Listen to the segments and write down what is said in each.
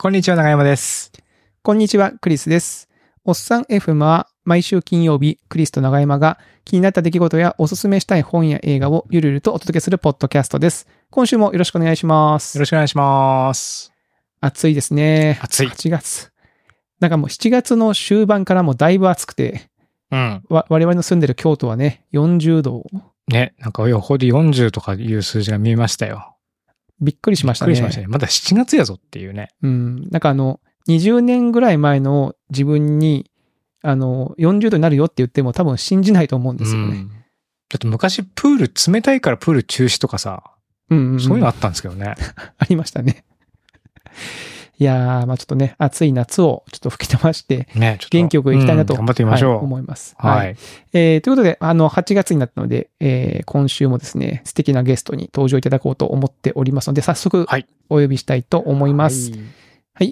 こんにちは、長山です。 こんにちは、クリスです。おっさん FM は毎週金曜日、クリスと長山が気になった出来事やおすすめしたい本や映画をゆるゆるとお届けするポッドキャストです。今週もよろしくお願いします。 よろしくお願いします。 暑いですね。 暑い。 8月。なんかもう7月の終盤からもうだいぶ暑くて、我々の住んでる京都はね、40度。 ね、なんか予報で40とかいう数字が見えましたよ。 びっくりしましたね。 びっくりしましたね。まだ7月やぞっていうね。 なんか20年ぐらい前の自分に、40度になるよって言っても多分信じないと思うんですよね。 だって昔プール冷たいからプール中止とかさ、そういうのあったんですけどね。 ありましたね。いやー、まあちょっとね、暑い夏をちょっと吹き飛ばして、ね、元気よくいきたいなと、 頑張ってみましょう。 思います。 はい。 ということで、8月になったので、今週もですね、素敵なゲストに登場いただこうと思っておりますので、早速、お呼びしたいと思います。はい。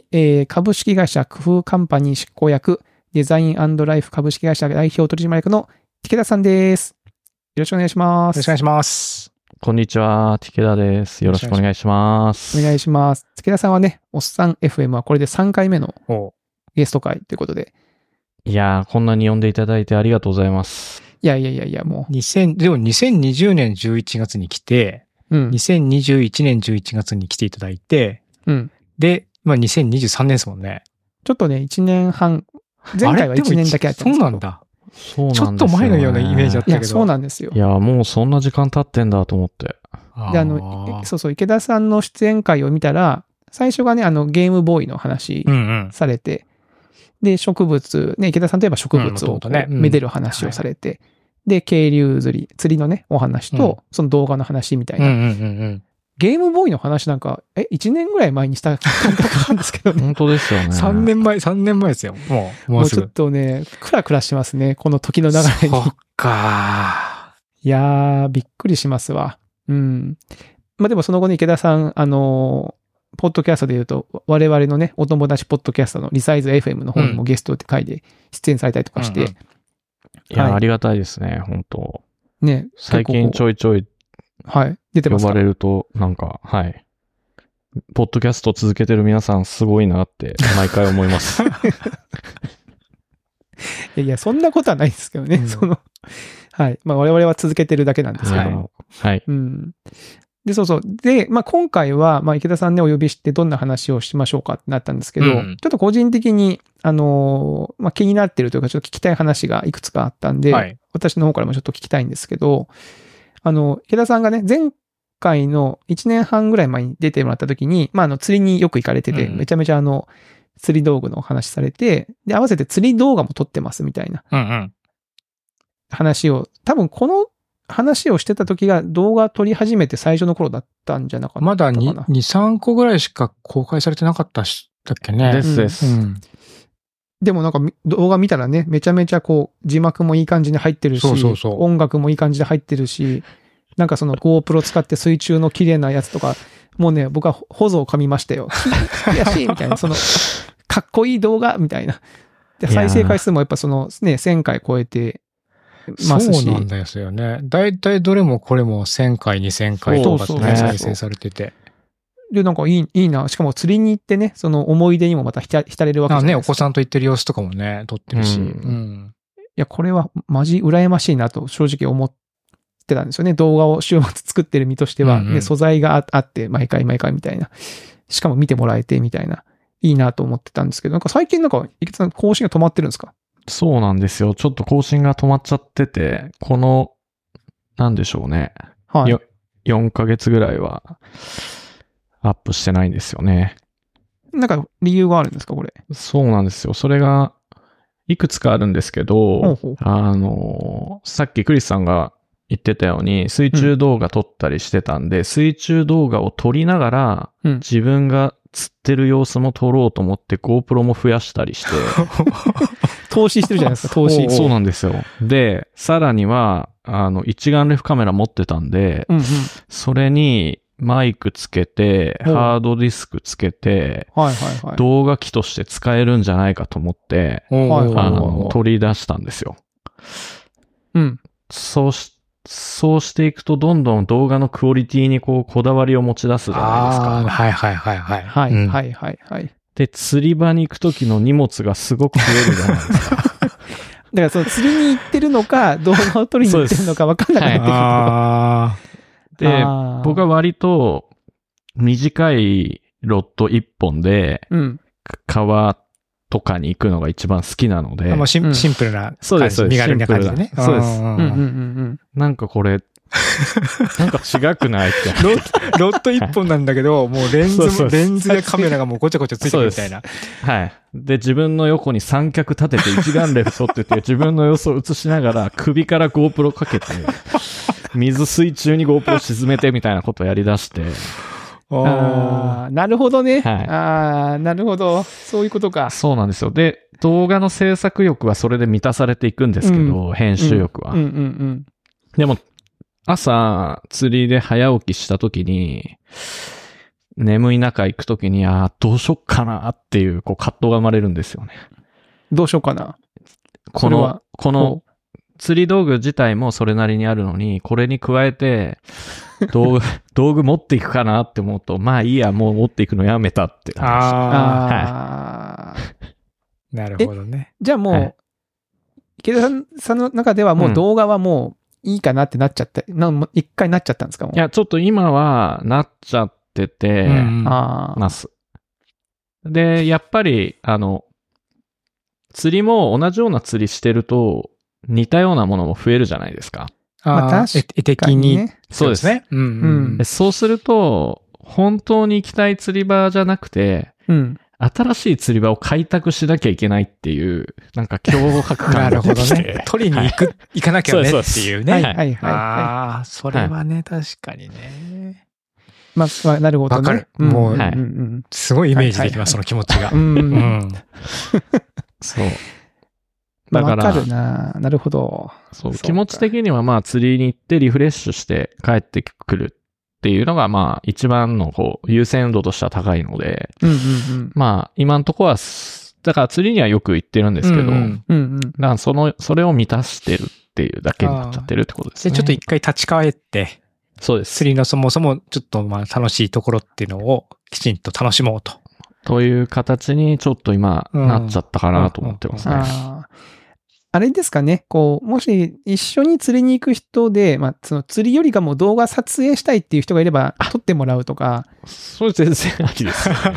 株式会社工夫カンパニー執行役、デザイン&ライフ株式会社代表取締役の池田さんです。よろしくお願いします。 よろしくお願いします。 こんにちは、池田です。よろしくお願いします。 お願いします。池田さんはね、おっさん FM はこれで3回目のゲスト会ということで。 いやー、こんなに呼んでいただいてありがとうございます。 いや、もう。 でも2020年11月に来て、2021年11月に来ていただいて、で、今2023年ですもんね。 ちょっとね、1年半、前回は1年だけやったんですけど。 そうなんだ。 そうなんですよね。 ちょっと前のようなイメージあったけど。 いや、そうなんですよ。 いや、もうそんな時間経ってんだと思って。 で、そう、池田さんの出演会を見たら、最初がね、ゲームボーイの話されて、で、植物、ね、池田さんといえば植物をめでる話をされて、で、渓流釣りのね、お話と、その動画の話みたいな。ゲームボーイの話なんか、1年ぐらい前にした感覚なんですけどね。 本当ですよね。 3年前ですよ。 もうちょっとね、クラクラしますね。この時の流れに。 そっかー。いやー、びっくりしますわ。まあでもその後ね、池田さん、ポッドキャストで言うと、我々のね、お友達ポッドキャストのリサイズ FM の方にもゲストって回で出演されたりとかして。 いや、ありがたいですね、本当ね。 最近ちょいちょい、 出てますか？ 呼ばれると、なんか、ポッドキャスト続けてる皆さんすごいなって毎回思います。 いや、そんなことはないですけどね。まあ我々は続けてるだけなんですけども。で、で、まあ今回は、まあ池田さんね、お呼びしてどんな話をしましょうかってなったんですけど、ちょっと個人的に、まあ気になってるというか、ちょっと聞きたい話がいくつかあったんで、私の方からもちょっと聞きたいんですけど、池田さんがね、前回の1年半ぐらい前に出てもらった時に、まあ釣りによく行かれてて、めちゃめちゃ釣り道具のお話されて、で、合わせて釣り動画も撮ってますみたいな。話を、多分この話をしてた時が動画撮り始めて最初の頃だったんじゃなかったかな。 まだ2、3個ぐらいしか公開されてなかっただっけね。 です。 でもなんか動画見たらね、めちゃめちゃこう字幕もいい感じに入ってるし、音楽もいい感じで入ってるし、なんかその GoPro 使って水中の綺麗なやつとか、もうね、僕はホゾを噛みましたよ。悔しいみたいな、かっこいい動画みたいな。で、再生回数もやっぱ1000回超えてますし。 そうなんですよね。だいたいどれもこれも1000回、2000回とかね、再生されてて。 で、なんかいいな。しかも釣りに行ってね、その思い出にもまた浸れるわけじゃないですか。 お子さんと行ってる様子とかもね、撮ってるし。いや、これはマジ羨ましいなと正直思ってたんですよね。動画を週末作ってる身としては、ね、素材があって、毎回みたいな。しかも見てもらえてみたいな。いいなと思ってたんですけど、なんか最近なんか、池田さん更新が止まってるんですか？ そうなんですよ。ちょっと更新が止まっちゃってて、この、なんでしょうね。4ヶ月ぐらいは、アップしてないんですよね。 なんか理由があるんですか、これ。 そうなんですよ。それが、いくつかあるんですけど、さっきクリスさんが言ってたように、水中動画撮ったりしてたんで、水中動画を撮りながら、自分が釣ってる様子も撮ろうと思って GoPro も増やしたりして。 投資してるじゃないですか、投資。 そうなんですよ。で、さらには、一眼レフカメラ持ってたんで、それにマイクつけて、ハードディスクつけて、動画機として使えるんじゃないかと思って、取り出したんですよ。そうしていくと、どんどん動画のクオリティにこだわりを持ち出すじゃないですか。 はい。 で、釣り場に行くときの荷物がすごく増えるじゃないですか。 だからその釣りに行ってるのか、動画を撮りに行ってるのか分かんなくなってくる。 で、僕は割と短いロッド1本で、川とかに行くのが一番好きなので。 シンプルな感じ、身軽な感じでね。 そうです。なんかこれ、なんか違くないってロッド1本なんだけど、もうレンズやカメラがもうごちゃごちゃついてるみたいな。 はい。で、自分の横に三脚立てて一眼レフ撮ってて、自分の様子を映しながら首から GoPro かけて、水中に GoPro 沈めてみたいなことをやり出して。 なるほどね。はい。なるほど。そういうことか。 そうなんですよ。で、動画の制作欲はそれで満たされていくんですけど、編集欲は。でも、朝、釣りで早起きしたときに、眠い中行くときに、どうしよっかなっていう、葛藤が生まれるんですよね。 どうしようかな。 この、釣り道具自体もそれなりにあるのに、これに加えて、道具持っていくかなって思うと、まあいいや、もう持っていくのやめたって感じ。 はい。なるほどね。 じゃあもう、池田さんの中ではもう動画はもう、いいかなってなっちゃって、一回なっちゃったんですか？もう。 いや、ちょっと今はなっちゃってて、ます。で、やっぱり、釣りも同じような釣りしてると、似たようなものも増えるじゃないですか。 絵的に。 そうですね。そうすると、本当に行きたい釣り場じゃなくて、新しい釣り場を開拓しなきゃいけないっていう、なんか脅迫感が出てきて。 なるほどね。取りに行かなきゃねっていうね。 はい。 それはね、確かにね。 まあ、なるほどね。 わかる。もう、すごいイメージできます、その気持ちが。 そう。 だから。わかるな。なるほど。 そう。気持ち的にはまあ釣りに行ってリフレッシュして帰ってくるっていうのがまあ一番の優先度としては高いので、まあ今のところは、だから釣りにはよく行ってるんですけど、だからそれを満たしてるっていうだけになっちゃってるってことですね。 で、ちょっと一回立ち返って、 そうです。 釣りのそもそもちょっとまあ楽しいところっていうのをきちんと楽しもうと。 という形にちょっと今なっちゃったかなと思ってますね。 あれですかね、もし一緒に釣りに行く人で、まあ、その釣りよりかも動画撮影したいっていう人がいれば、撮ってもらうとか。 それ全然ありですよね。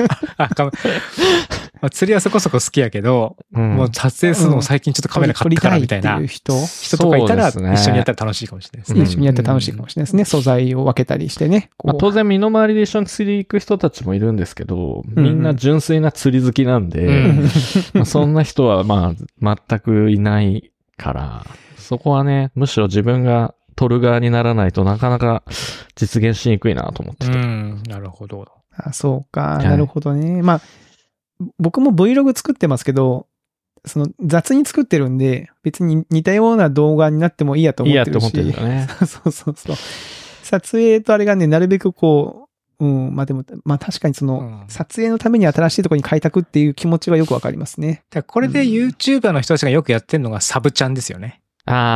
釣りはそこそこ好きやけど、もう撮影するのも最近ちょっとカメラ買ったからみたいな人とかいたら、一緒にやったら楽しいかもしれないですね。 一緒にやったら楽しいかもしれないですね。素材を分けたりしてね。 当然身の回りで一緒に釣り行く人たちもいるんですけど、みんな純粋な釣り好きなんで、そんな人はまあ全くいないから、そこはね、むしろ自分が撮る側にならないとなかなか実現しにくいなと思ってて。 なるほど。 そうか、なるほどね。まあ、僕も Vlog 作ってますけど、その雑に作ってるんで、別に似たような動画になってもいいやと思ってるし。いいやと思ってるよね。そう。撮影とあれがね、なるべくまあでも、まあ確かに撮影のために新しいところに開拓っていう気持ちはよくわかりますね。 これで YouTuber の人たちがよくやってるのがサブチャンですよね。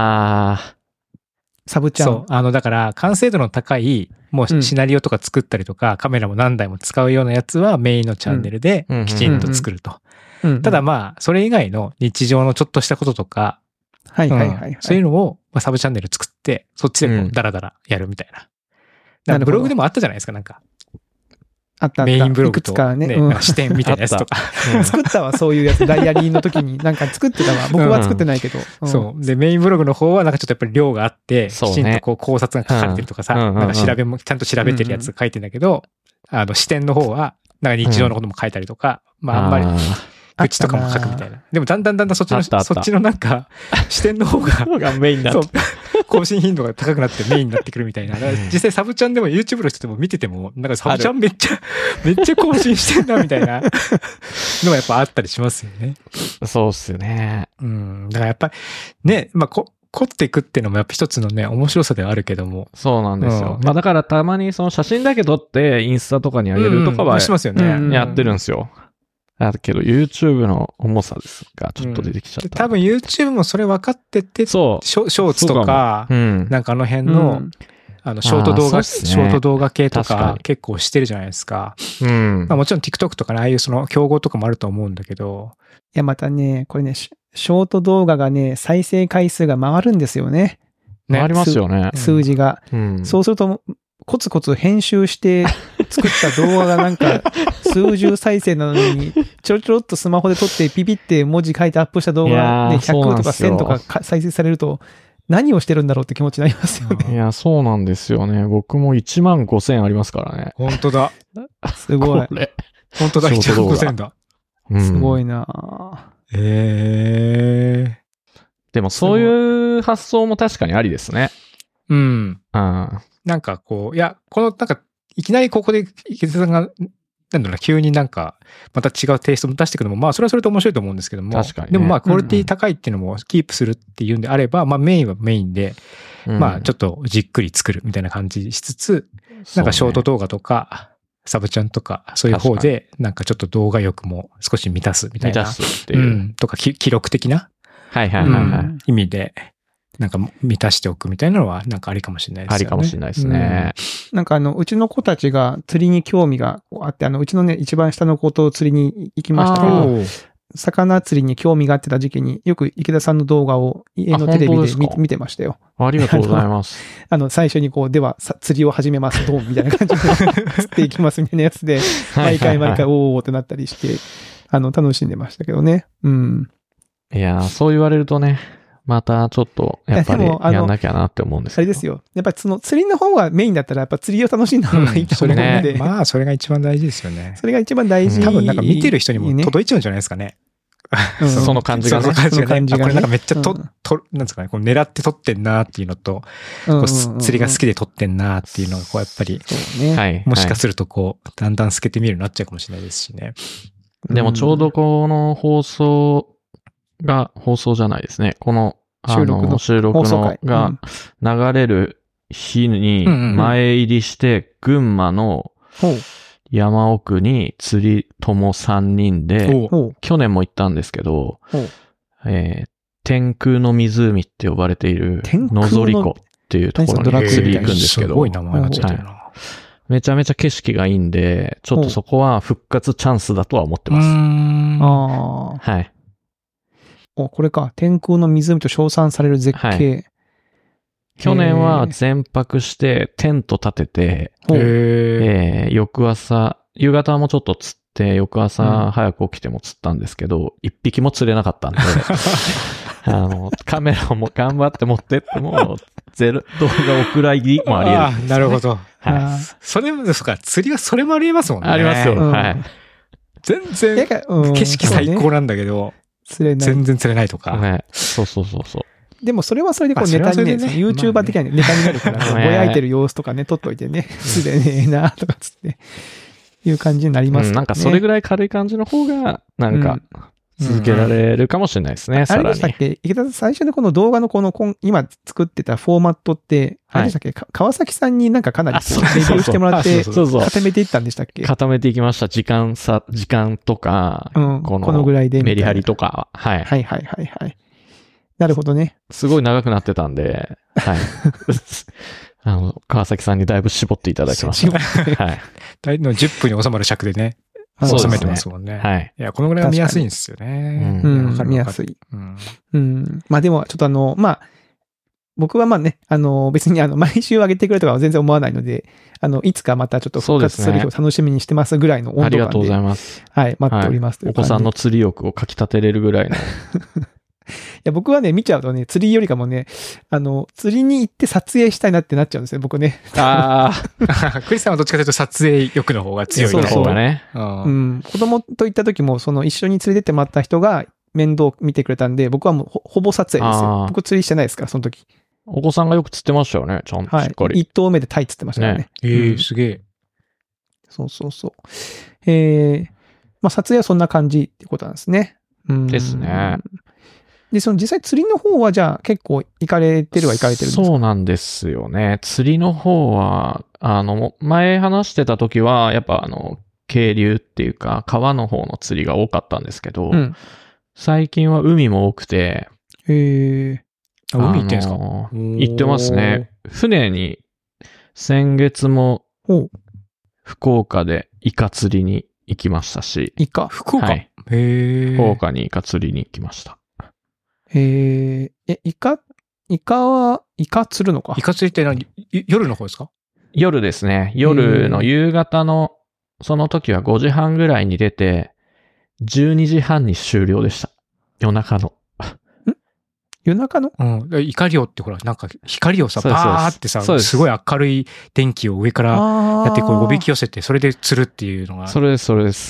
サブチャン。 そう。だから、完成度の高い、もうシナリオとか作ったりとか、カメラも何台も使うようなやつはメインのチャンネルできちんと作ると。ただまあ、それ以外の日常のちょっとしたこととか、そういうのをサブチャンネル作って、そっちでダラダラやるみたいな。ブログでもあったじゃないですか、なんか。 あった。 メインブログといくつかね。 視点みたいなやつとか。 作ったわ、そういうやつ。ダイアリーの時になんか作ってたわ。僕は作ってないけど。 そう。で、メインブログの方はなんかちょっとやっぱり量があって、きちんと考察が書かれてるとかさ、なんか調べも、ちゃんと調べてるやつ書いてんだけど、視点の方は、なんか日常のことも書いたりとか、まああんまり、愚痴とかも書くみたいな。でもだんだんそっちのなんか、視点の方がメインになって。 更新頻度が高くなってメインになってくるみたいな。実際サブチャンでも YouTube の人でも見てても、なんかサブチャンめっちゃ更新してんなみたいなのがやっぱあったりしますよね。 そうっすよね。 だからやっぱりね、まあ凝っていくっていうのもやっぱ一つのね、面白さではあるけども。 そうなんですよ。まあだからたまにその写真だけ撮ってインスタとかに上げるとかは、 しますよね。 やってるんですよ。だけど YouTube の重さですがちょっと出てきちゃった。 多分 YouTube もそれ分かってて、ショーツとか、なんかあの辺の、 ショート動画系とか結構してるじゃないですか。 うん。 もちろん TikTok とかね、ああいうその競合とかもあると思うんだけど。 いや、またね、これね、ショート動画がね、再生回数が回るんですよね。 回りますよね。 数字が。そうすると、コツコツ編集して作った動画がなんか数十再生なのに、ちょろっとスマホで撮ってピピって文字書いてアップした動画がね、100とか1000とか再生されると、何をしてるんだろうって気持ちになりますよね。 いや、そうなんですよね。僕も15,000ありますからね。 本当だ。 すごい。 本当だ、15,000だ。 すごいなでもそういう発想も確かにありですね。 うん。なんかこう、いや、なんか、いきなりここで池田さんが、なんだろうな、急になんか、また違うテイストも出していくのも、まあ、それはそれと面白いと思うんですけども。 確かに、ね。 でもまあ、クオリティ高いっていうのもキープするっていうんであれば、まあ、メインはメインで、まあ、ちょっとじっくり作るみたいな感じしつつ、なんかショート動画とか、サブチャンとか、そういう方で、なんかちょっと動画欲も少し満たすみたいな。 満たすっていう。 とか、記録的な。意味で。なんか満たしておくみたいなのはなんかありかもしれないですね。 ありかもしれないですね。 なんかうちの子たちが釣りに興味があって、うちのね、一番下の子と釣りに行きましたけど、魚釣りに興味があってた時期によく池田さんの動画を家のテレビで見てましたよ。 ありがとうございます。 最初にこう、では釣りを始めます、ドンみたいな感じで釣っていきますみたいなやつで、毎回おーってなったりして、楽しんでましたけどね。うん。 いや、そう言われるとね、またちょっと、やっぱりやんなきゃなって思うんですけど。 あれですよ。やっぱりその釣りの方がメインだったら、やっぱ釣りを楽しんだ方がいいと思うんで。 まあ、それが一番大事ですよね。 それが一番大事。 多分なんか見てる人にも届いちゃうんじゃないですかね。 その感じがね。 その感じがね。これなんかめっちゃなんですかね、こう狙って撮ってんなっていうのと、釣りが好きで撮ってんなっていうのが、こうやっぱり、もしかするとこう、だんだん透けて見るようになっちゃうかもしれないですしね。 でもちょうどこの放送じゃないですね。この、収録のが流れる日に前入りして、群馬の山奥に釣り友3人で、去年も行ったんですけど、天空の湖って呼ばれている野ぞり湖っていうところに釣り行くんですけど、 すごい名前がついてるな。 めちゃめちゃ景色がいいんで、ちょっとそこは復活チャンスだとは思ってます。はい。 これか。天空の湖と称賛される絶景。はい、 去年は全泊してテント立てて、翌朝、夕方もちょっと釣って、翌朝早く起きても釣ったんですけど、一匹も釣れなかったんで、カメラも頑張って持ってっても、動画お蔵入りもあり得るんですよね。 なるほど。はい。それもですか、釣りはそれもあり得ますもんね。 ありますよ。はい。 全然、景色最高なんだけど、全然釣れないとか。 そう。 でもそれはそれでこうネタにね、YouTuber 的なネタになるから、ぼやいてる様子とかね、撮っといてね、釣れねえなとかつって、いう感じになりますね。 なんかそれぐらい軽い感じの方が、なんか、続けられるかもしれないですね、 あれでしたっけ池田さん、最初のこの動画の今作ってたフォーマットって、あれでしたっけ川崎さんになんかかなりレビューしてもらって、固めていったんでしたっけ固めていきました。時間とか、 このぐらいで。 メリハリとか。はい。 はい。なるほどね。 すごい長くなってたんで、はい。川崎さんにだいぶ絞っていただきました。はい。 大体の10分に収まる尺でね。収めてますもんね。 はい。 いや、このぐらいは見やすいんですよね。 見やすい。まあでも、ちょっと僕はまあね、別に毎週上げてくれとかは全然思わないので、いつかまたちょっい復活する日を楽しみにしてますぐらいの温度感で。 ありがとうございます。 はい、待っておりますというお子さんの釣り欲をかき立てれるぐらいの。 いや、僕はね、見ちゃうとね、釣りよりかもね、釣りに行って撮影したいなってなっちゃうんですよ、僕ね。 クリスさんはどっちかというと撮影欲の方が強いの方がね。 子供と行った時も、一緒に連れてってもらった人が面倒見てくれたんで、僕はもうほぼ撮影ですよ。僕釣りしてないですから、その時。 お子さんがよく釣ってましたよね、ちゃんとしっかり。 一投目でタイ釣ってましたね。 すげえ。 そう。まあ、撮影はそんな感じってことなんですね。 ですね。 で、実際釣りの方はじゃあ結構行かれてるんですか？ そうなんですよね。釣りの方は、前話してた時は、やっぱ渓流っていうか、川の方の釣りが多かったんですけど、最近は海も多くて、 海行ってんすか？ 行ってますね。船に、 先月も、福岡でイカ釣りに行きましたし。 福岡、はい、 福岡にイカ釣りに行きました。 イカ釣るのか。 イカ釣りって何？夜の方ですか？ 夜ですね。夜の夕方の、その時は5時半ぐらいに出て、12時半に終了でした。夜中の。 夜中の？ うん。イカ漁ってほら、なんか光をさ、バーってさ、すごい明るい電気を上からやって、こう、おびき寄せて、それで釣るっていうのが。 それです。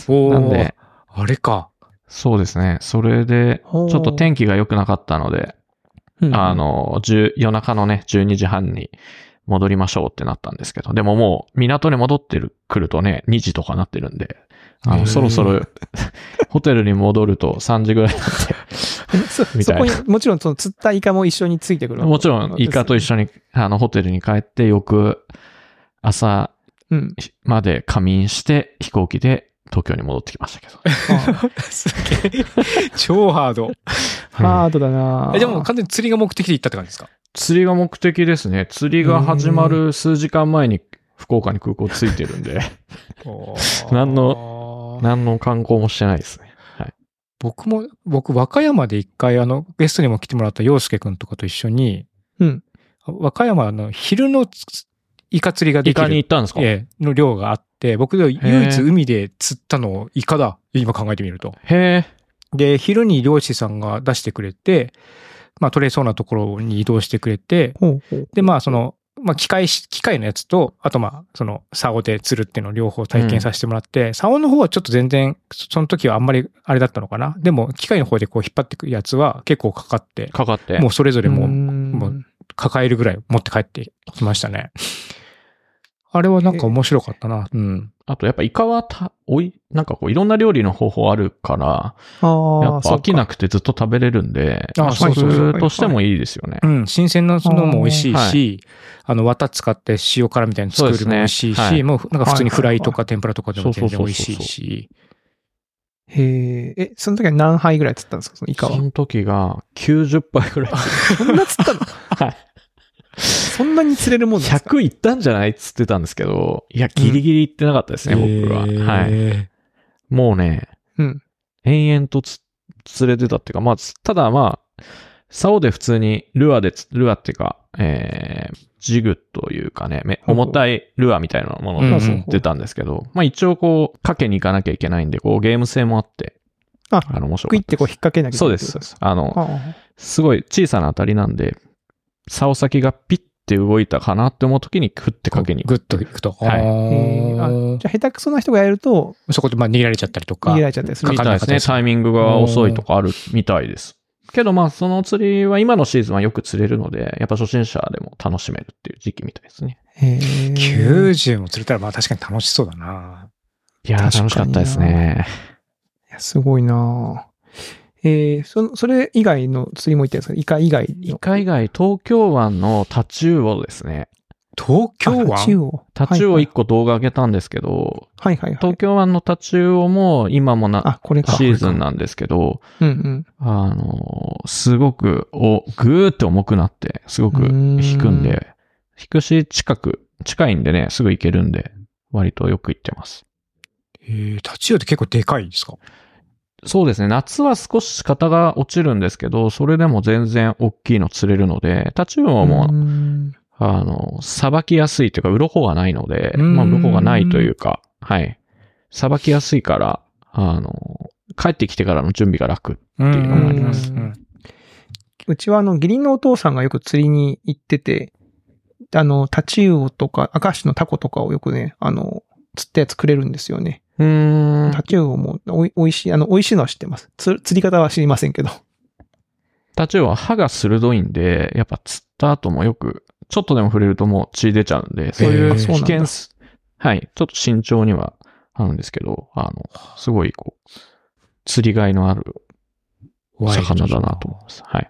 なんで。あれか。 そうですね。それで、ちょっと天気が良くなかったので、夜中のね、12時半に戻りましょうってなったんですけど、でももう港に戻ってくるとね、2時とかなってるんで、そろそろホテルに戻ると3時ぐらいになってみたいな。 そこにもちろんその釣ったイカも一緒についてくる。 もちろんイカと一緒にホテルに帰って翌朝まで仮眠して飛行機で東京に戻ってきましたけど。 すげえ。超ハード。 ハードだな。 でも完全に釣りが目的で行ったって感じですか？ 釣りが目的ですね。釣りが始まる数時間前に福岡に空港着いてるんで。何の観光もしてないですね。はい。 僕、和歌山で一回ゲストにも来てもらった陽介くんとかと一緒に、和歌山の昼のイカ釣りができる。 イカに行ったんですか？ の量があって、僕で唯一海で釣ったのをイカだ。今考えてみると。で、昼に漁師さんが出してくれて、まあ取れそうなところに移動してくれて、で、まあ機械のやつと、あと竿で釣るっていうのを両方体験させてもらって、竿の方はちょっと全然、その時はあんまりあれだったのかな。でも、機械の方でこう引っ張っていくやつは結構かかって、もうそれぞれもう抱えるぐらい持って帰ってきましたね。あれはなんか面白かったな。 あとやっぱイカはなんかこういろんな料理の方法あるから、やっぱ飽きなくてずっと食べれるんで、食としてもいいですよね。 新鮮なのも美味しいし、綿使って塩辛みたいに作るのも美味しいし、もうなんか普通にフライとか天ぷらとかでも全然美味しいし。 その時は何杯ぐらい釣ったんですか、そのイカは。 その時が90杯ぐらい。 そんな釣ったの？はい。そんなに釣れるもんですか？ 100 いったんじゃないっつってたんですけど、いや、ギリギリいってなかったですね、僕は。はい。もうね、延々と釣れてたっていうか、まあ、ただまあ、竿で普通にルアっていうか、ジグというかね、重たいルアーみたいなものを釣ってたんですけど、まあ一応こう、かけに行かなきゃいけないんで、こう、ゲーム性もあって、面白かった。 クイってこう引っ掛けなきゃいけない。 そうです。すごい小さな当たりなんで、竿先がピッて動いたかなって思う時にグッてかけにグッといくと。 はい。じゃあ下手くそな人がやると、 そこで逃げられちゃったりとか。 逃げられちゃったりするみたいですね。タイミングが遅いとかあるみたいです。けどまあその釣りは今のシーズンはよく釣れるので、やっぱ初心者でも楽しめるっていう時期みたいですね。 90も釣れたらまあ確かに楽しそうだな。 いやー楽しかったですね。 いやすごいな。それ以外の釣りも行ってるんですか？イカ以外。 イカ以外、東京湾のタチウオですね。 東京湾？ タチウオ1個動画上げたんですけど、東京湾のタチウオも今もシーズンなんですけど、すごくぐーって重くなって、すごく引くんで、引くし近いんでね、すぐ行けるんで、割とよく行ってます。 タチウオって結構でかいですか？ そうですね。夏は少し型が落ちるんですけど、それでも全然大きいの釣れるので、タチウオも、さばきやすいというか、鱗がないので、まあ、鱗がないというか、はい。さばきやすいから、帰ってきてからの準備が楽っていうのがあります。 うちは義理のお父さんがよく釣りに行ってて、タチウオとか、明石のタコとかをよくね、釣ったやつくれるんですよね。タチウオも美味しいのは知ってます。釣り方は知りませんけど。 タチウオは歯が鋭いんで、やっぱ釣った後もよく、ちょっとでも触れるともう血出ちゃうんで、そういう危険はい、ちょっと慎重にはあるんですけど、すごい釣りがいのある魚だなと思います。はい。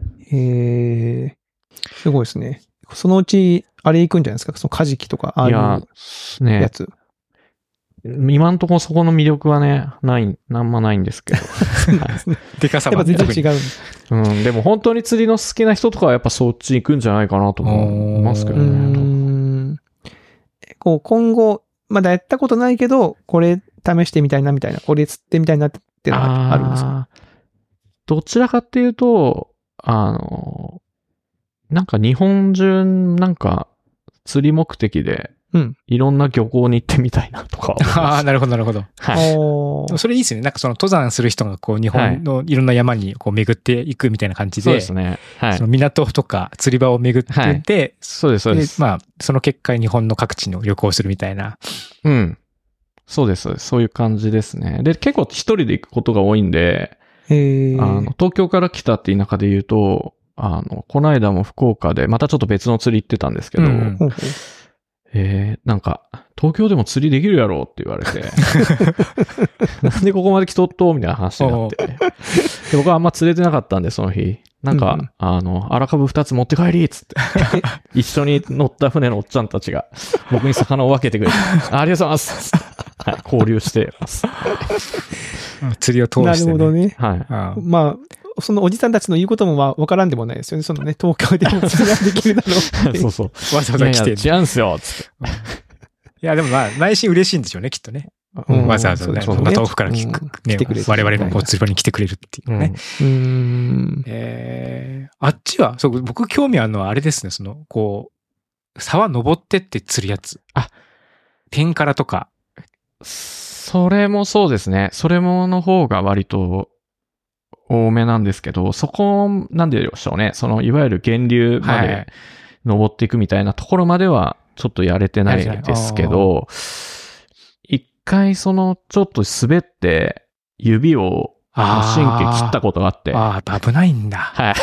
すごいですね。そのうち、あれ行くんじゃないですか？そのカジキとか、ああいうやつ。 今んところそこの魅力はね、なんもないんですけど。 でかさは。やっぱ全然違う。 でも本当に釣りの好きな人とかはやっぱそっち行くんじゃないかなと思いますけどね。 こう今後、まだやったことないけど、これ試してみたいなみたいな、これ釣ってみたいなっていうのがあるんですか？ どちらかっていうと、なんか日本中なんか釣り目的で、いろんな漁港に行ってみたいなとか。 ああ、なるほど、なるほど。 はい。 でもそれいいですよね。なんかその登山する人がこう日本のいろんな山にこう巡っていくみたいな感じで。 そうですね。はい。 その港とか釣り場を巡っていて、はい、 そうです、そうです。 まあ、その結果日本の各地の旅行をするみたいな。 うん。そうです。そういう感じですね。で、結構一人で行くことが多いんで、東京から来たって田舎で言うと、この間も福岡で、またちょっと別の釣り行ってたんですけど、なんか、東京でも釣りできるやろって言われて、なんでここまで来とっとみたいな話になって、で僕はあんま釣れてなかったんで、その日。なんか、荒株2つ持って帰りっつって、一緒に乗った船のおっちゃんたちが、僕に魚を分けてくれて、ありがとうございます。はい、交流してます。 釣りを通して、ね。 なるほどね。 はい。 まあ、そのおじさんたちの言うこともわからんでもないですよね。そのね、東京でも釣りができるだろう。 そうそう。 わざわざ来て。 違うんすよ、つって。 いや、でもまあ、内心嬉しいんでしょうね、きっとね。わざわざね、そんな遠くから来てくれる。我々の釣り場に来てくれるっていうね。あっちは、僕興味あるのはあれですね、こう、沢登ってって釣るやつ。天からとか。 それもそうですね。それもの方が割と多めなんですけど、そこ、なんでしょうね。いわゆる源流まで登っていくみたいなところまではちょっとやれてないですけど、一回ちょっと滑って指を神経切ったことがあって。 危ないんだ。 はい。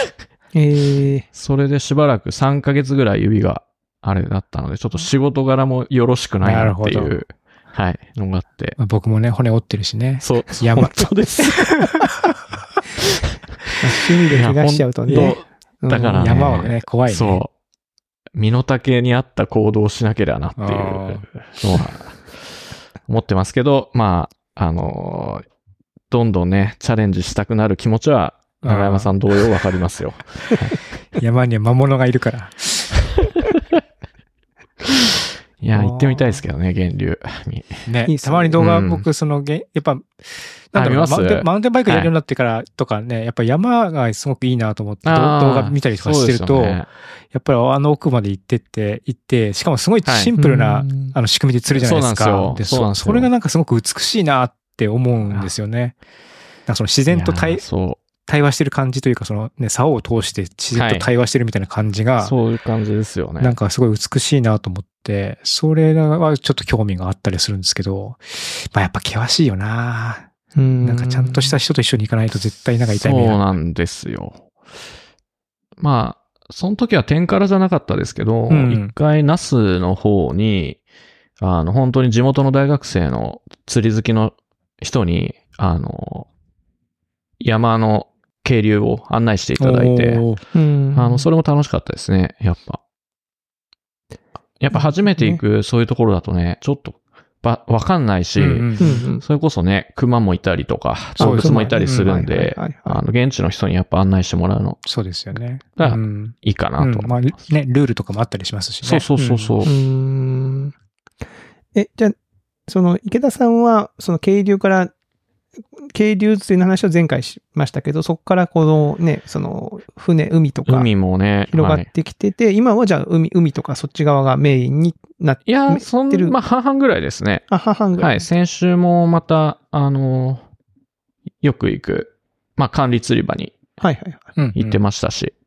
それでしばらく3ヶ月ぐらい指があれだったので、ちょっと仕事柄もよろしくないなっていう。はい、のがあって。 僕もね、骨折ってるしね。 そう、本当です。 趣味で怪我しちゃうとね。 だからね、 山はね、怖いね。 そう。身の丈に合った行動をしなければなっていうのは思ってますけど、まあ、どんどんね、チャレンジしたくなる気持ちは、長山さん同様わかりますよ。 山には魔物がいるから。 いや、行ってみたいですけどね、源流に。 ね。たまに動画、僕、やっぱ、なんだろう、マウンテンバイクやるようになってからとかね、やっぱ山がすごくいいなと思って動画見たりとかしてると、やっぱり奥まで行って、しかもすごいシンプルな仕組みで釣るじゃないですか。そうなんですよ。それがなんかすごく美しいなって思うんですよね。なんか自然と対話してる感じというか、竿を通して自然と対話してるみたいな感じが、 そういう感じですよね。 なんかすごい美しいなと思って、それはちょっと興味があったりするんですけど、まあやっぱ険しいよな。なんかちゃんとした人と一緒に行かないと絶対なんか痛い目が。 そうなんですよ。まあ、その時は天からじゃなかったですけど、一回那須の方に、本当に地元の大学生の釣り好きの人に、山の渓流を案内していただいて、それも楽しかったですね、やっぱ。やっぱ初めて行くそういうところだとね、ちょっとわかんないし、それこそね、熊もいたりとか、動物もいたりするんで、現地の人にやっぱ案内してもらうの。 そうですよね。 がいいかなと。 まあね、ルールとかもあったりしますしね。 そう。 じゃあ、池田さんは、渓流釣りの話を前回しましたけど、そこから海とか、 海もね、 広がってきてて、今はじゃあ海とかそっち側がメインになってる。 いや、まあ、半々ぐらいですね。 半々ぐらい。 はい、先週もまた、よく行く、まあ、管理釣り場に行ってましたし、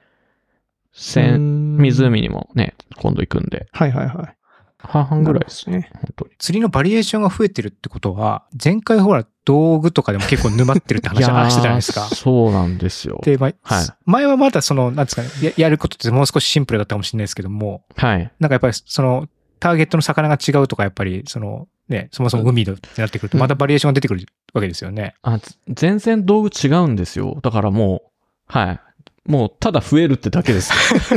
湖にもね、今度行くんで。半々ぐらいですね。本当に。 釣りのバリエーションが増えてるってことは、前回ほら、道具とかでも結構沼ってるって話はしたじゃないですか。 そうなんですよ。 で、前はまだなんですかね、やることってもう少しシンプルだったかもしれないですけども、 はい。 なんかやっぱりターゲットの魚が違うとか、やっぱりそもそも海ってなってくると、またバリエーションが出てくるわけですよね。 全然道具違うんですよ。だからもう、もうただ増えるってだけです。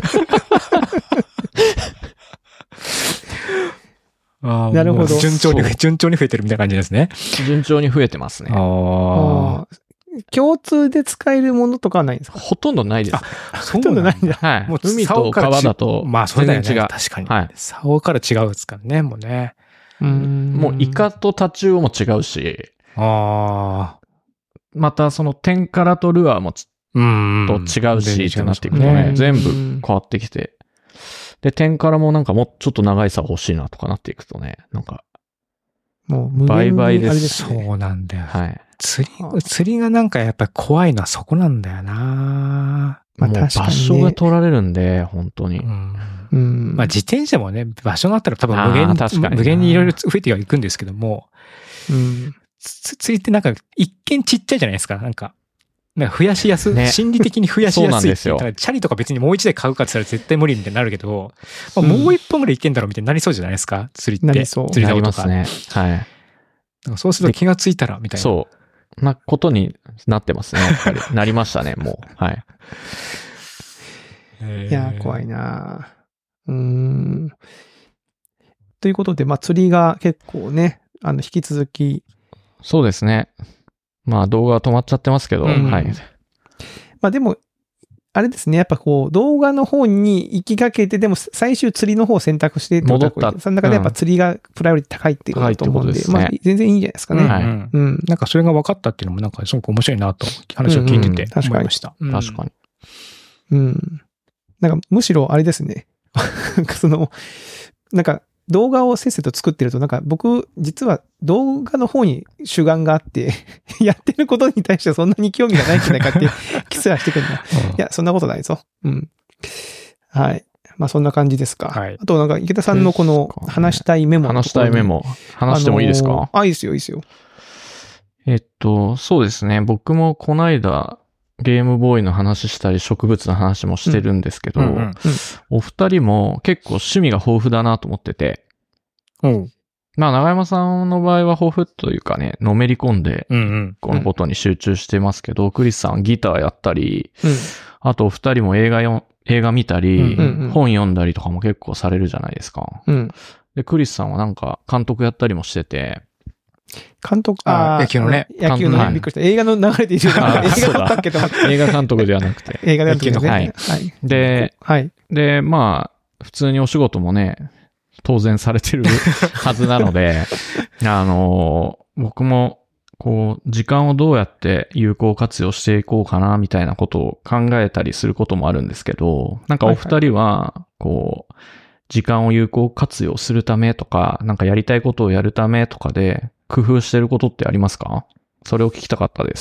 なるほど。 順調に増えてるみたいな感じですね。 順調に増えてますね。 共通で使えるものとかはないんですか？ ほとんどないです。 ほとんどないんだ。 はい。もう海と川だと、 まあそうだよね。確かに。はい。竿から違うですからね、もうね。 もうイカとタチウオも違うし。またそのテンカラとルアーもと違うしってなっていくとね、全部変わってきて。で、テンカラもなんかもうちょっと長い竿欲しいなとかなっていくとね、なんか。 もう倍々です。 そうなんだよ。 はい。 釣りがなんかやっぱり怖いのはそこなんだよな。 まあ確かに、ね。場所が取られるんで、本当に。 まあ自転車もね、場所があったら多分無限にいろいろ増えてはいくんですけども、釣りってなんか一見ちっちゃいじゃないですか、なんか増やしやすい、ね、心理的に増やしやすい。そうなんですよ。チャリとか別にもう一台買うかって言ったら絶対無理みたいになるけど、もう一本ぐらいいけんだろうみたいになりそうじゃないですか、釣りって。 なりそう。 釣りなりますね。はい。 そうすると気がついたらみたいな。 そうなことになってますね、やっぱり。なりましたね、もう。はい。 いや、怖いな。ということで、まあ、釣りが結構ね、引き続き。 そうですね。まあ、動画は止まっちゃってますけど、はい。 まあ、でも、あれですね、やっぱこう、動画の方に行きかけて、でも最終釣りの方を選択して戻った。 その中でやっぱ釣りがプライオリティ高いっていうことだと思うんで、まあ、全然いいんじゃないですかね。 なんかそれが分かったっていうのもなんかすごく面白いなと、話を聞いてて思いました。 確かに。なんかむしろあれですね。なんか動画をせっせと作ってると、なんか僕、実は動画の方に主眼があって、やってることに対してそんなに興味がないんじゃないかってキスはしてくるな。いや、そんなことないぞ。はい。まあそんな感じですか。はい。あとなんか池田さんのこの話したいメモ。 話したいメモ。話してもいいですか？ いいですよ、いいですよ。 そうですね。僕もこの間、ゲームボーイの話したり植物の話もしてるんですけど、お二人も結構趣味が豊富だなと思ってて、まあ長山さんの場合は豊富というかね、のめり込んで、このことに集中してますけど、クリスさんはギターやったり、あとお二人も映画見たり、本読んだりとかも結構されるじゃないですか。で、クリスさんはなんか監督やったりもしてて、 監督、 野球のね。 野球のね、びっくりした。映画の流れで一緒だ。映画だったっけと思って。 映画監督ではなくて。 映画だったっけはい。で、まあ、普通にお仕事もね、当然されてるはずなので、僕も、こう、時間をどうやって有効活用していこうかな、みたいなことを考えたりすることもあるんですけど、なんかお二人は、こう、時間を有効活用するためとか、なんかやりたいことをやるためとかで、工夫してることってありますか？それを聞きたかったです。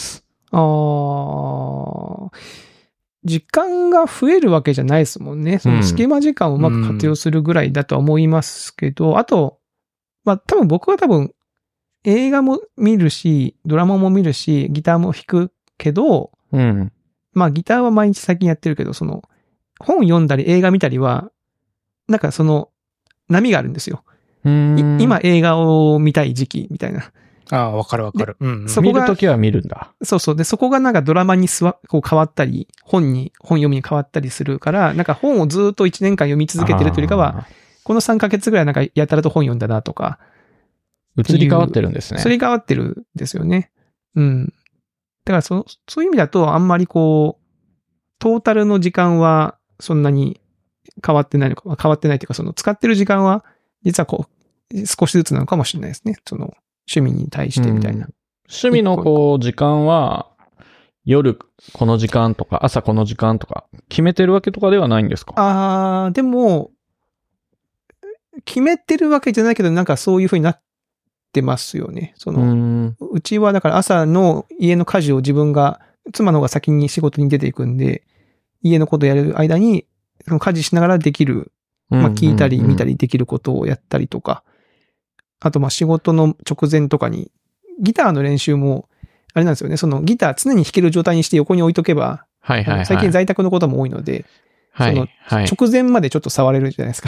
時間が増えるわけじゃないですもんね。その隙間時間をうまく活用するぐらいだとは思いますけど、あと、まあ僕は映画も見るし、ドラマも見るし、ギターも弾くけど、まあギターは毎日最近やってるけど、本読んだり映画見たりは、なんか波があるんですよ。今映画を見たい時期みたいな。 わかるわかる。 見るときは見るんだ。 そうそう。で、そこがなんかドラマにこう変わったり、本読みに変わったりするから、なんか本をずっと1年間読み続けてるというよりかは、この3ヶ月ぐらいなんかやたらと本読んだなとか。 移り変わってるんですね。 移り変わってるんですよね。だからそういう意味だと、あんまりこう、トータルの時間はそんなに変わってないのか、変わってないというか、使ってる時間は、実はこう、少しずつなのかもしれないですね。趣味に対してみたいな。 趣味のこう、時間は、夜この時間とか、朝この時間とか、決めてるわけとかではないんですか？ でも、決めてるわけじゃないけど、なんかそういう風になってますよね。うちはだから朝の家の家事を自分が、妻の方が先に仕事に出ていくんで、家のことやる間に、家事しながらできる、まあ聞いたり見たりできることをやったりとか、あとまあ仕事の直前とかに、ギターの練習も、あれなんですよね、ギター常に弾ける状態にして横に置いとけば、最近在宅のことも多いので、直前までちょっと触れるじゃないですか。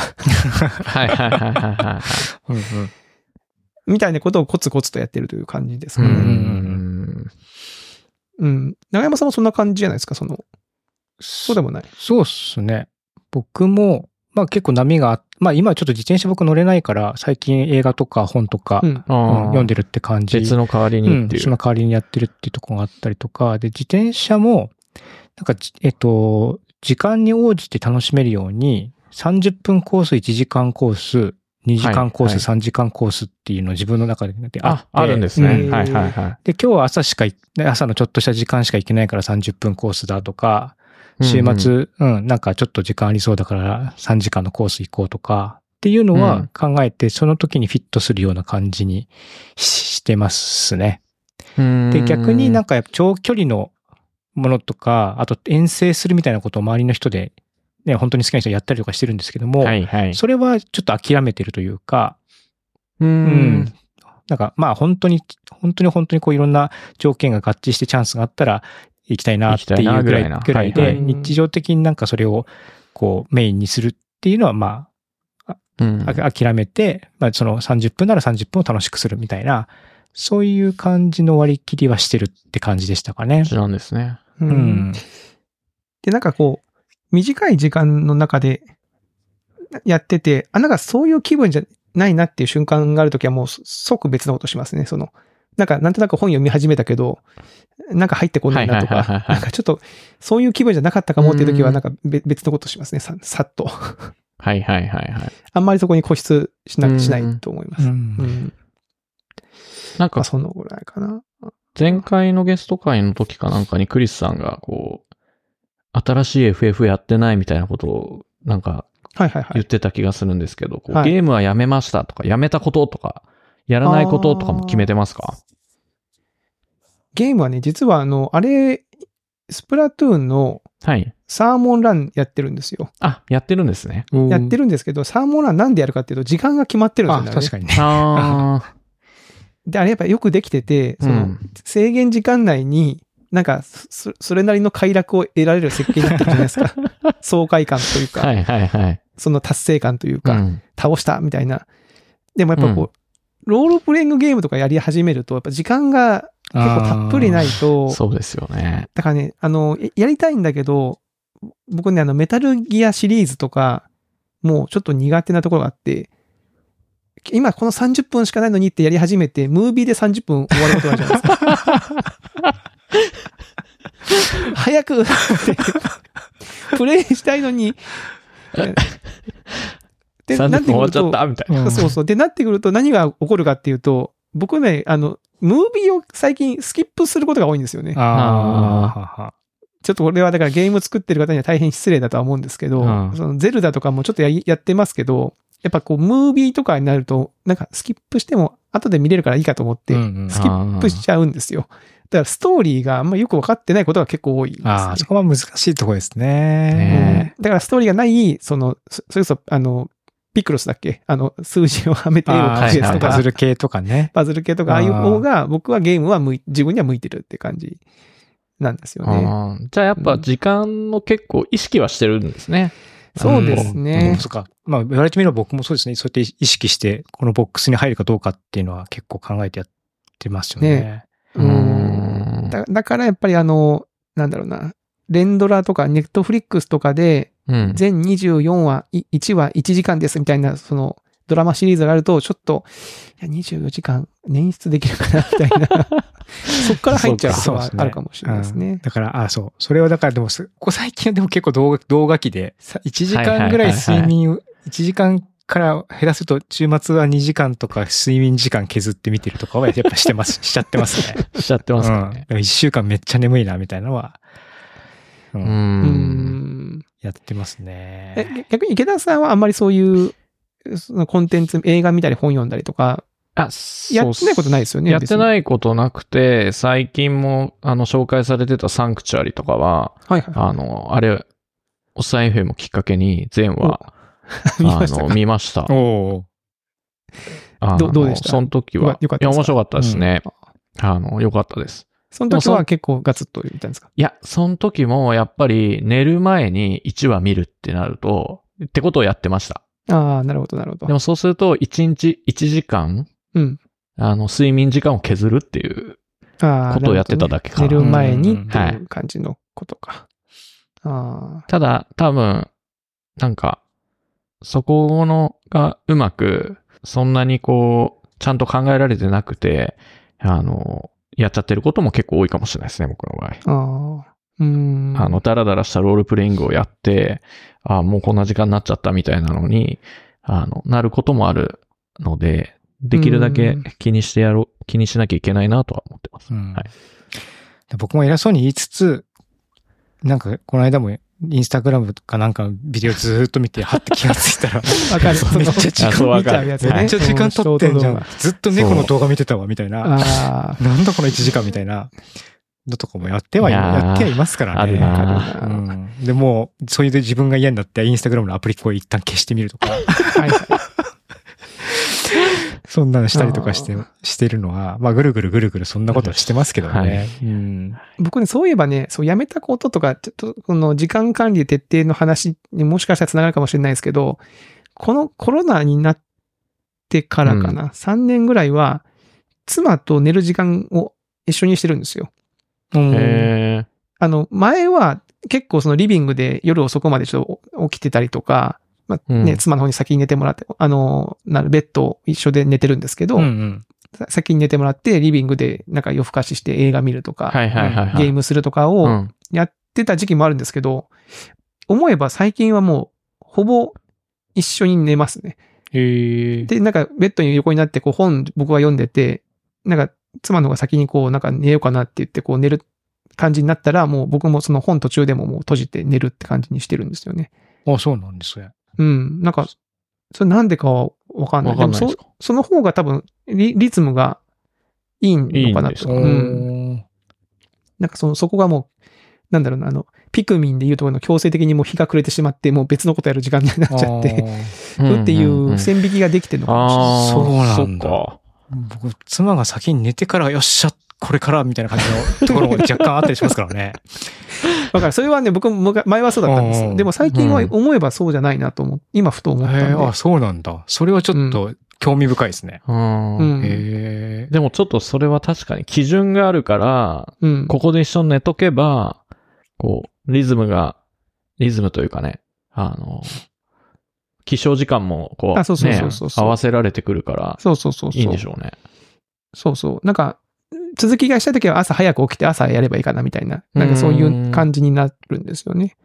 みたいなことをコツコツとやってるという感じですかね。長山さんもそんな感じじゃないですか、そうでもない。 そうっすね。僕も、 まあ結構波が、まあ今ちょっと自転車僕乗れないから、最近映画とか本とか、読んでるって感じ。 別の代わりにっていう。 その代わりにやってるっていうところがあったりとか、で、自転車も、なんか、時間に応じて楽しめるように、30分コース、1時間コース、2時間コース、3時間コースっていうのを自分の中であって。 あるんですね。はいはいはい。 で、今日は朝のちょっとした時間しか行けないから30分コースだとか、週末、なんかちょっと時間ありそうだから3時間のコース行こうとかっていうのは考えて、その時にフィットするような感じにしてますね。で、逆になんか長距離のものとか、あと遠征するみたいなことを周りの人で、ね、本当に好きな人やったりとかしてるんですけども、 はいはい、 それはちょっと諦めてるというか、なんかまあ本当にこういろんな条件が合致してチャンスがあったら行きたいなっていうぐらいで、日常的になんかそれをこうメインにするっていうのはまあ、諦めて、まあその30分なら30分を楽しくするみたいな、そういう感じの割り切りはしてるって感じでしたかね。 そうなんですね。 で、なんかこう、短い時間の中でやってて、なんかそういう気分じゃないなっていう瞬間があるときはもう即別のことしますね。なんとなく本読み始めたけど、なんか入ってこないなとか、なんかちょっとそういう気分じゃなかったかもっていうときはなんか別のことしますね。さっと。 はいはいはいはい。 あんまりそこに固執しないと思います。なんかそのぐらいかな。 前回のゲスト会の時かなんかにクリスさんがこう、新しい FF やってないみたいなことをなんか言ってた気がするんですけど、ゲームはやめましたとか、やめたこととか、やらないこととかも決めてますか？ ゲームはね、実はスプラトゥーンのサーモンランやってるんですよ。 あ、やってるんですね。 やってるんですけど、サーモンランなんでやるかっていうと、時間が決まってるんですよね。 確かにね。 で、あれやっぱよくできてて、制限時間内に、なんか、それなりの快楽を得られる設計になってるじゃないですか。爽快感というか、その達成感というか、倒したみたいな。でもやっぱこう、ロールプレイングゲームとかやり始めると、やっぱ時間が結構たっぷりないと、 そうですよね。 だからね、やりたいんだけど、僕ね、メタルギアシリーズとか、もうちょっと苦手なところがあって、今この30分しかないのにってやり始めて、ムービーで30分終わることがあるじゃないですか。早くってプレイしたいのに、 で、30分終わっちゃったみたいな。 そうそう。で、なってくると何が起こるかっていうと、僕ね、ムービーを最近スキップすることが多いんですよね。ちょっとこれはだからゲーム作ってる方には大変失礼だとは思うんですけど、そのゼルダとかもちょっとやってますけど、やっぱこう、ムービーとかになると、なんかスキップしても後で見れるからいいかと思って、スキップしちゃうんですよ。だからストーリーがあんまりよく分かってないことが結構多いです、ね。 そこは難しいところですね。 だからストーリーがない、それこそ、ピクロスだっけ数字をはめて絵を描くやつとか。 パズル系とかね。 パズル系とか、ああいう方が、僕はゲームは自分には向いてるって感じなんですよね。 じゃあやっぱ時間の結構意識はしてるんですね。 そうですね。 そうか。まあ、言われてみれば僕もそうですね。そうやって意識して、このボックスに入るかどうかっていうのは結構考えてやってますよね。 だからやっぱりなんだろうな、連ドラとかネットフリックスとかで、全24話、1話1時間ですみたいな、そのドラマシリーズがあると、ちょっと、いや、24時間捻出できるかな、みたいな。そっから入っちゃうことはあるかもしれないですね。 だから、それはだからでも、ここ最近はでも結構動画機で、1時間ぐらい睡眠、1時間から減らすと、週末は2時間とか睡眠時間削って見てるとかはやっぱしちゃってますね。 しちゃってますね。 1週間めっちゃ眠いな、みたいなのは。やってますね。 逆に池田さんはあんまりそういう、そのコンテンツ、映画見たり本読んだりとか、やってないことないですよね。 やってないことなくて、最近も、紹介されてたサンクチュアリとかは、あれ、おさえ FM きっかけに全話、見ました。 どうでした？ その時は、いや、面白かったですね。よかったです。 その時は結構ガツッと言ったんですか？ いや、その時もやっぱり寝る前に1話見るってなると、ってことをやってました。 ああ、なるほど、なるほど。 でもそうすると、1日1時間、睡眠時間を削るっていうことをやってただけかな。 寝る前にっていう感じのことか。 ただ、多分、なんか、 そこのがうまく、そんなにこう、ちゃんと考えられてなくて、やっちゃってることも結構多いかもしれないですね、僕の場合。ダラダラしたロールプレイングをやって、もうこんな時間になっちゃったみたいなのに、なることもあるので、できるだけ気にしなきゃいけないなとは思ってます。はい。 僕も偉そうに言いつつ、なんか、この間も、インスタグラムかなんかのビデオずーっと見て、はって気がついたら、 わかる。 めっちゃ時間見ちゃうやつね。めっちゃ時間取ってんじゃん。ずっと猫の動画見てたわ、みたいな。なんだこの1時間みたいな。のとかもやってはいますからね。 あるで、もう、そういう自分が嫌になって、インスタグラムのアプリを一旦消してみるとか。はい。そんなのしたりとかしてるのは、まあ、ぐるぐるそんなことしてますけどね。はい僕ね、そういえばね、やめたこととか、ちょっと、この時間管理徹底の話にもしかしたら繋がるかもしれないですけど、このコロナになってからかな、3年ぐらいは、妻と寝る時間を一緒にしてるんですよ。前は結構そのリビングで夜遅くまでちょっと起きてたりとか、まあね、妻の方に先に寝てもらって、ベッドを一緒で寝てるんですけど、先に寝てもらって、リビングでなんか夜更かしして映画見るとか、ゲームするとかをやってた時期もあるんですけど、思えば最近はもう、ほぼ一緒に寝ますね。で、なんかベッドに横になってこう本僕は読んでて、なんか妻の方が先にこうなんか寝ようかなって言ってこう寝る感じになったら、もう僕もその本途中でももう閉じて寝るって感じにしてるんですよね。 あ、そうなんですね。 なんか、それなんでかはわかんない。でもその方が多分リズムがいいのかなと。なんかそこがもう、なんだろうな、ピクミンでいうところの強制的にもう日が暮れてしまって、もう別のことやる時間になっちゃって、っていう線引きができてるのかもしれない。 そうなんだ。僕、妻が先に寝てから、よっしゃ、これからみたいな感じのところも若干あったりしますからね。 だからそれはね、僕も前はそうだったんです。でも最近は思えばそうじゃないなと今ふと思ったんで。 あ、そうなんだ。それはちょっと興味深いですね。 でもちょっとそれは確かに基準があるから、ここで一緒に寝とけば、こう、リズムというかね、起床時間もこう、合わせられてくるから、いいんでしょうね。 そうそう。なんか、続きがしたいときは朝早く起きて朝やればいいかなみたいな、なんかそういう感じになるんですよね。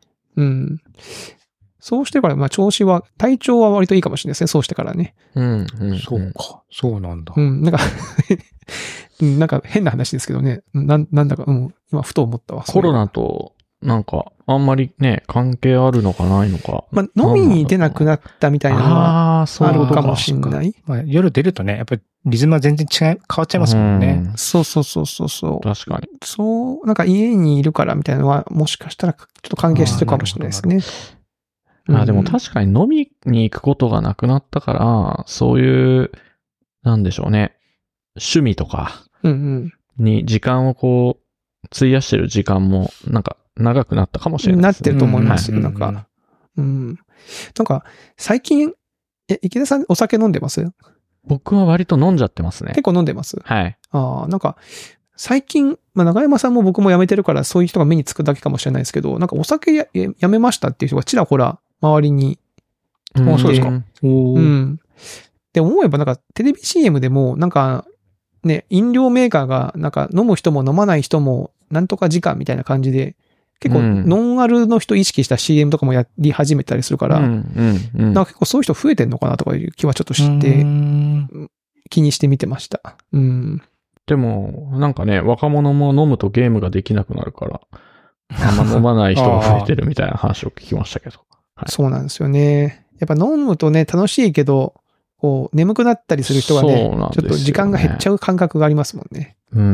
そうしてから、まあ体調は割といいかもしれないですね。そうしてからね。 そうか。そうなんだ。 なんか、なんか変な話ですけどね。なんだか、今ふと思ったわ。 コロナと、なんか、あんまりね、関係あるのかないのか。 まあ、飲みに出なくなったみたいなのは、あるかもしれない。 まあ、夜出るとね、やっぱりリズムは全然変わっちゃいますもんね。 そう。 確かに。 そう、なんか家にいるからみたいなのは、もしかしたらちょっと関係してるかもしれないですね。 でも確かに飲みに行くことがなくなったから、そういう、なんでしょうね。趣味とかに時間をこう、費やしてる時間も、なんか長くなったかもしれないですね。 なってると思いますよ、なんか。なんか、最近、池田さんお酒飲んでます？ 僕は割と飲んじゃってますね。 結構飲んでます？ はい。 なんか、最近、まあ、長山さんも僕も辞めてるから、そういう人が目につくだけかもしれないですけど、なんかお酒やめましたっていう人がちらほら周りに。 そうですか。 で、思えばなんかテレビ CM でも、なんかね、飲料メーカーがなんか飲む人も飲まない人もなんとか時間みたいな感じで、結構ノンアルの人意識した CM とかもやり始めたりするから、なんか結構そういう人増えてんのかなとかいう気はちょっとして、気にして見てました。 でも、なんかね、若者も飲むとゲームができなくなるから、あんま飲まない人が増えてるみたいな話を聞きましたけど。 そうなんですよね。やっぱ飲むとね、楽しいけど、こう、眠くなったりする人はね、ちょっと時間が減っちゃう感覚がありますもんね。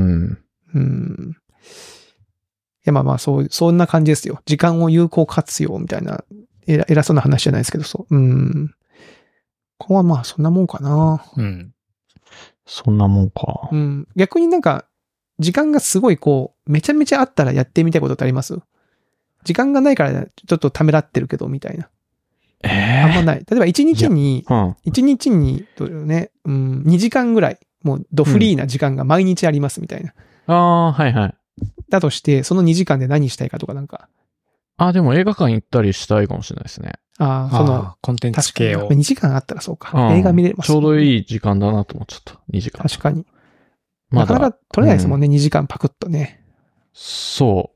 いや、まあ、そんな感じですよ。時間を有効活用みたいな、偉そうな話じゃないですけど、ここはまあ、そんなもんかな。 そんなもんか。 逆になんか、時間がすごいこう、めちゃめちゃあったらやってみたいことってあります？時間がないからちょっとためらってるけど、みたいな。あんまない。例えば1日にね、2時間ぐらい、もうドフリーな時間が毎日ありますみたいな。 はいはい。 だとして、その2時間で何したいかとかなんか、 でも映画館行ったりしたいかもしれないですね。 コンテンツ系を。 2時間あったらそうか。映画見れます、 ね。ちょうどいい時間だなと思っちゃった。2時間。 確かに。なかなか取れないですもんね、2時間パクッとね。 そう。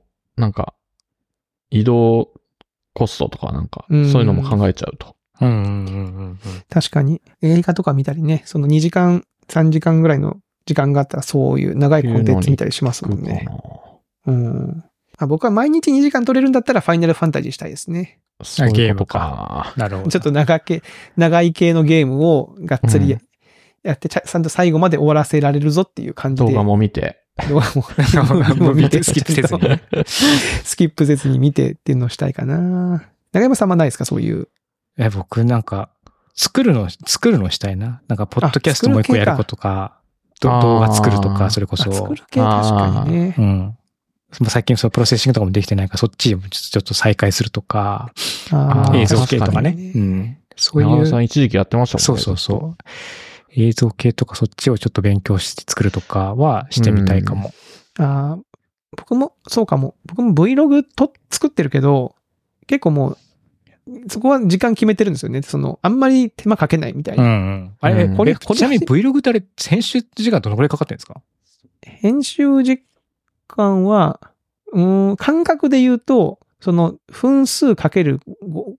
なんか、移動コストとかなんか、そういうのも考えちゃうと。 確かに。映画とか見たりね、その2時間、3時間ぐらいの時間があったらそういう長いコンテンツ見たりしますもんね。僕は毎日2時間取れるんだったらファイナルファンタジーしたいですね。 そういうことか。 なるほど。ちょっと長い系のゲームをがっつりやって、ちゃんと最後まで終わらせられるぞっていう感じで。 動画も見て。 動画も見て、スキップせずに。スキップせずに見てっていうのをしたいかな。長山さんはないですかそういう。 僕なんか、作るのしたいな。なんか、ポッドキャストもう一個やることか、動画作るとか、それこそ。 作る系確かにね。 最近そのプロセッシングとかもできてないから、そっちをちょっと再開するとか、映像系とかね。 そういう。長田さん一時期やってましたもんね。 そう。映像系とかそっちをちょっと勉強して作るとかはしてみたいかも。 僕もそうかも。僕も Vlog 作ってるけど、結構もう、そこは時間決めてるんですよね。あんまり手間かけないみたいな。 ちなみに Vlog ってあれ、編集時間どのくらいかかってるんですか？ 編集時間は、感覚で言うと、分数かける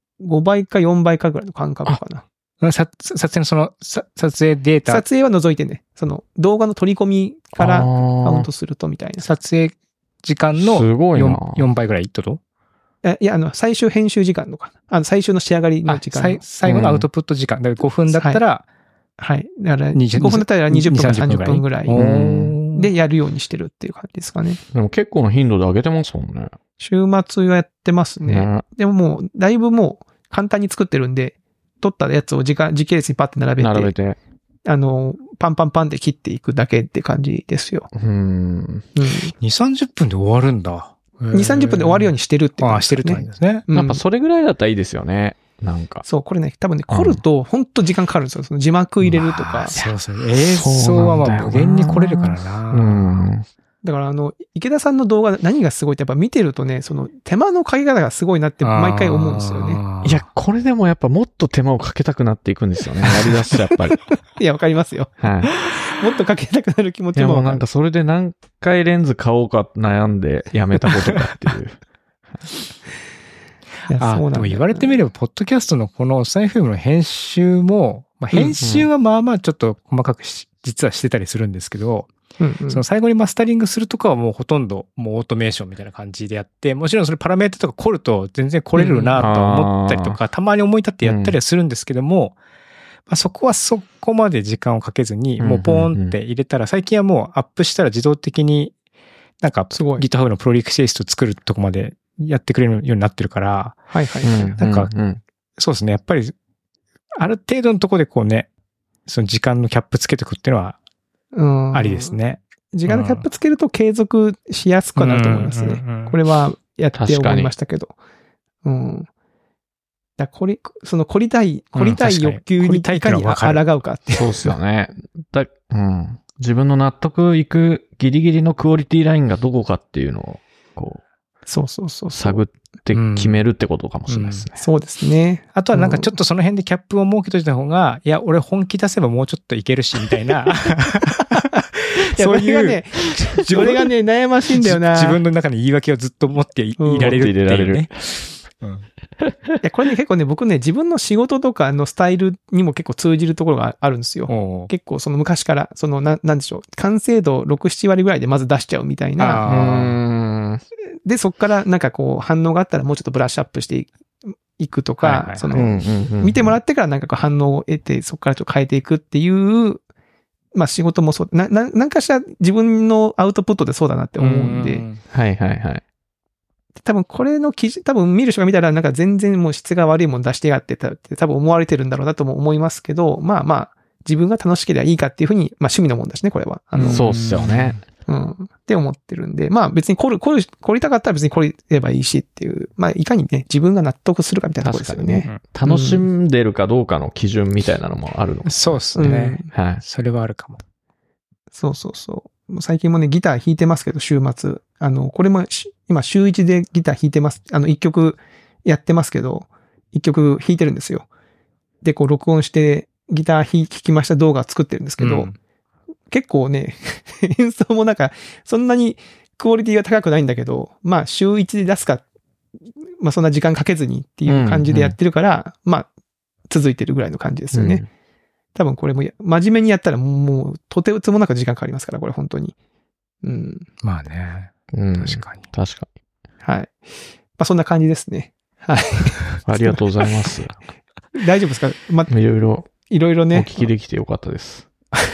5倍か4倍かぐらいの感覚かな。 撮影の撮影データ。 撮影は除いてね。動画の取り込みからカウントするとみたいな。 撮影時間の 4倍ぐらいってこと？ いや、最終編集時間とか。最終の仕上がりの時間。 最後のアウトプット時間。だから5分だったら、 はい。だから5分だったら20分から30分ぐらいでやるようにしてるっていう感じですかね。 でも結構な頻度で上げてますもんね。 週末はやってますね。でももう、だいぶもう簡単に作ってるんで、撮ったやつを時系列にパッて並べて、パンパンパンで切っていくだけって感じですよ。 2、30分で終わるんだ。 2、30分で終わるようにしてるって感じですね。してるって感じですね。 やっぱそれぐらいだったらいいですよね。なんか。 そう、これね、多分ね、凝るとほんと時間かかるんですよ。字幕入れるとか。 そう。映像はまあ無限に凝れるからな。 だから池田さんの動画何がすごいってやっぱ見てるとね、手間のかけ方がすごいなって毎回思うんですよね。 いや、これでもやっぱもっと手間をかけたくなっていくんですよね。やりだしやっぱり。 いや、わかりますよ。 はい。 もっとかけたくなる気持ちも。 いや、もうなんかそれで何回レンズ買おうか悩んでやめたことかっていう。 いや、そうなんだ。 でも言われてみれば、ポッドキャストのこのスタイフの編集も、編集はまあまあちょっと細かく実はしてたりするんですけど、最後にマスタリングするとかはもうほとんどもうオートメーションみたいな感じでやって、もちろんそれパラメータとか凝ると全然凝れるなと思ったりとか、たまに思い立ってやったりはするんですけども、そこはそこまで時間をかけずに、もうポーンって入れたら、最近はもうアップしたら自動的になんか GitHub のプロリクエスト作るとこまでやってくれるようになってるから、なんか、そうですね、やっぱりある程度のところでこうね、その時間のキャップつけておくっていうのは、ありですね。 時間のキャップつけると継続しやすくなると思いますね。これはやって思いましたけど。凝りたい欲求にいかに抗うかっていう。 そうですよね。自分の納得いくギリギリのクオリティラインがどこかっていうのを、こう。探って決めるってことかもしれないですね。 そうですね。 あとはなんかちょっとその辺でキャップを設けといた方が、いや、俺本気出せばもうちょっといけるし、みたいな。 そういう。それがね、悩ましいんだよな。 自分の中に言い訳をずっと持っていられるっていうね。 いや、これね、結構ね、僕ね、自分の仕事とかのスタイルにも結構通じるところがあるんですよ。結構昔から、なんでしょう、完成度6、7割ぐらいでまず出しちゃうみたいな。で、そっからなんかこう反応があったらもうちょっとブラッシュアップしていくとか、見てもらってからなんかこう反応を得て、そっからちょっと変えていくっていう、まあ仕事もそう、なんかしら自分のアウトプットでそうだなって思うんで。多分これの多分見る人が見たらなんか全然もう質が悪いもの出してやってたって多分思われてるんだろうなとも思いますけど、まあまあ自分が楽しければいいかっていうふうに、まあ趣味のもんだしね、これは。 そうっすよね。 って思ってるんで、まあ別に凝りたかったら別に凝ればいいしっていう、まあいかにね、自分が納得するかみたいなところですよね。 楽しんでるかどうかの基準みたいなのもあるの。 そうっすね。それはあるかも。 そう。最近もね、ギター弾いてますけど、週末。これも今週1でギター弾いてます。1曲やってますけど、1曲弾いてるんですよ。で、こう録音してギター弾きました動画を作ってるんですけど、結構ね、演奏もなんか、そんなにクオリティが高くないんだけど、まあ週1で出すか、まあそんな時間かけずにっていう感じでやってるから、まあ続いてるぐらいの感じですよね。多分これも真面目にやったらもうとてつもなく時間かかりますから、これ本当に。 まあね。確かに。 確かに。 はい。まあそんな感じですね。はい。 ありがとうございます。 大丈夫ですか？ いろいろね。お聞きできてよかったです。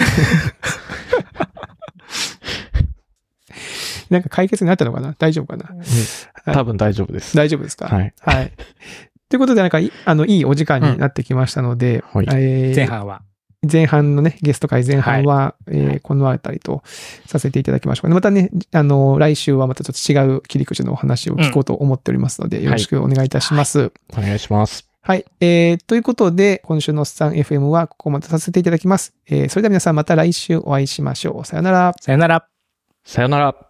なんか解決になったのかな？大丈夫かな？ 多分大丈夫です。 大丈夫ですか？ はい。 はい。ということで、なんかいいお時間になってきましたので、前半のね、ゲスト会前半は、このあたりとさせていただきましょうかね。またね、来週はまたちょっと違う切り口のお話を聞こうと思っておりますので、よろしくお願いいたします。 お願いします。 はい。ということで、今週のおっさん FM はここまでさせていただきます。それでは皆さんまた来週お会いしましょう。さよなら。 さよなら。 さよなら。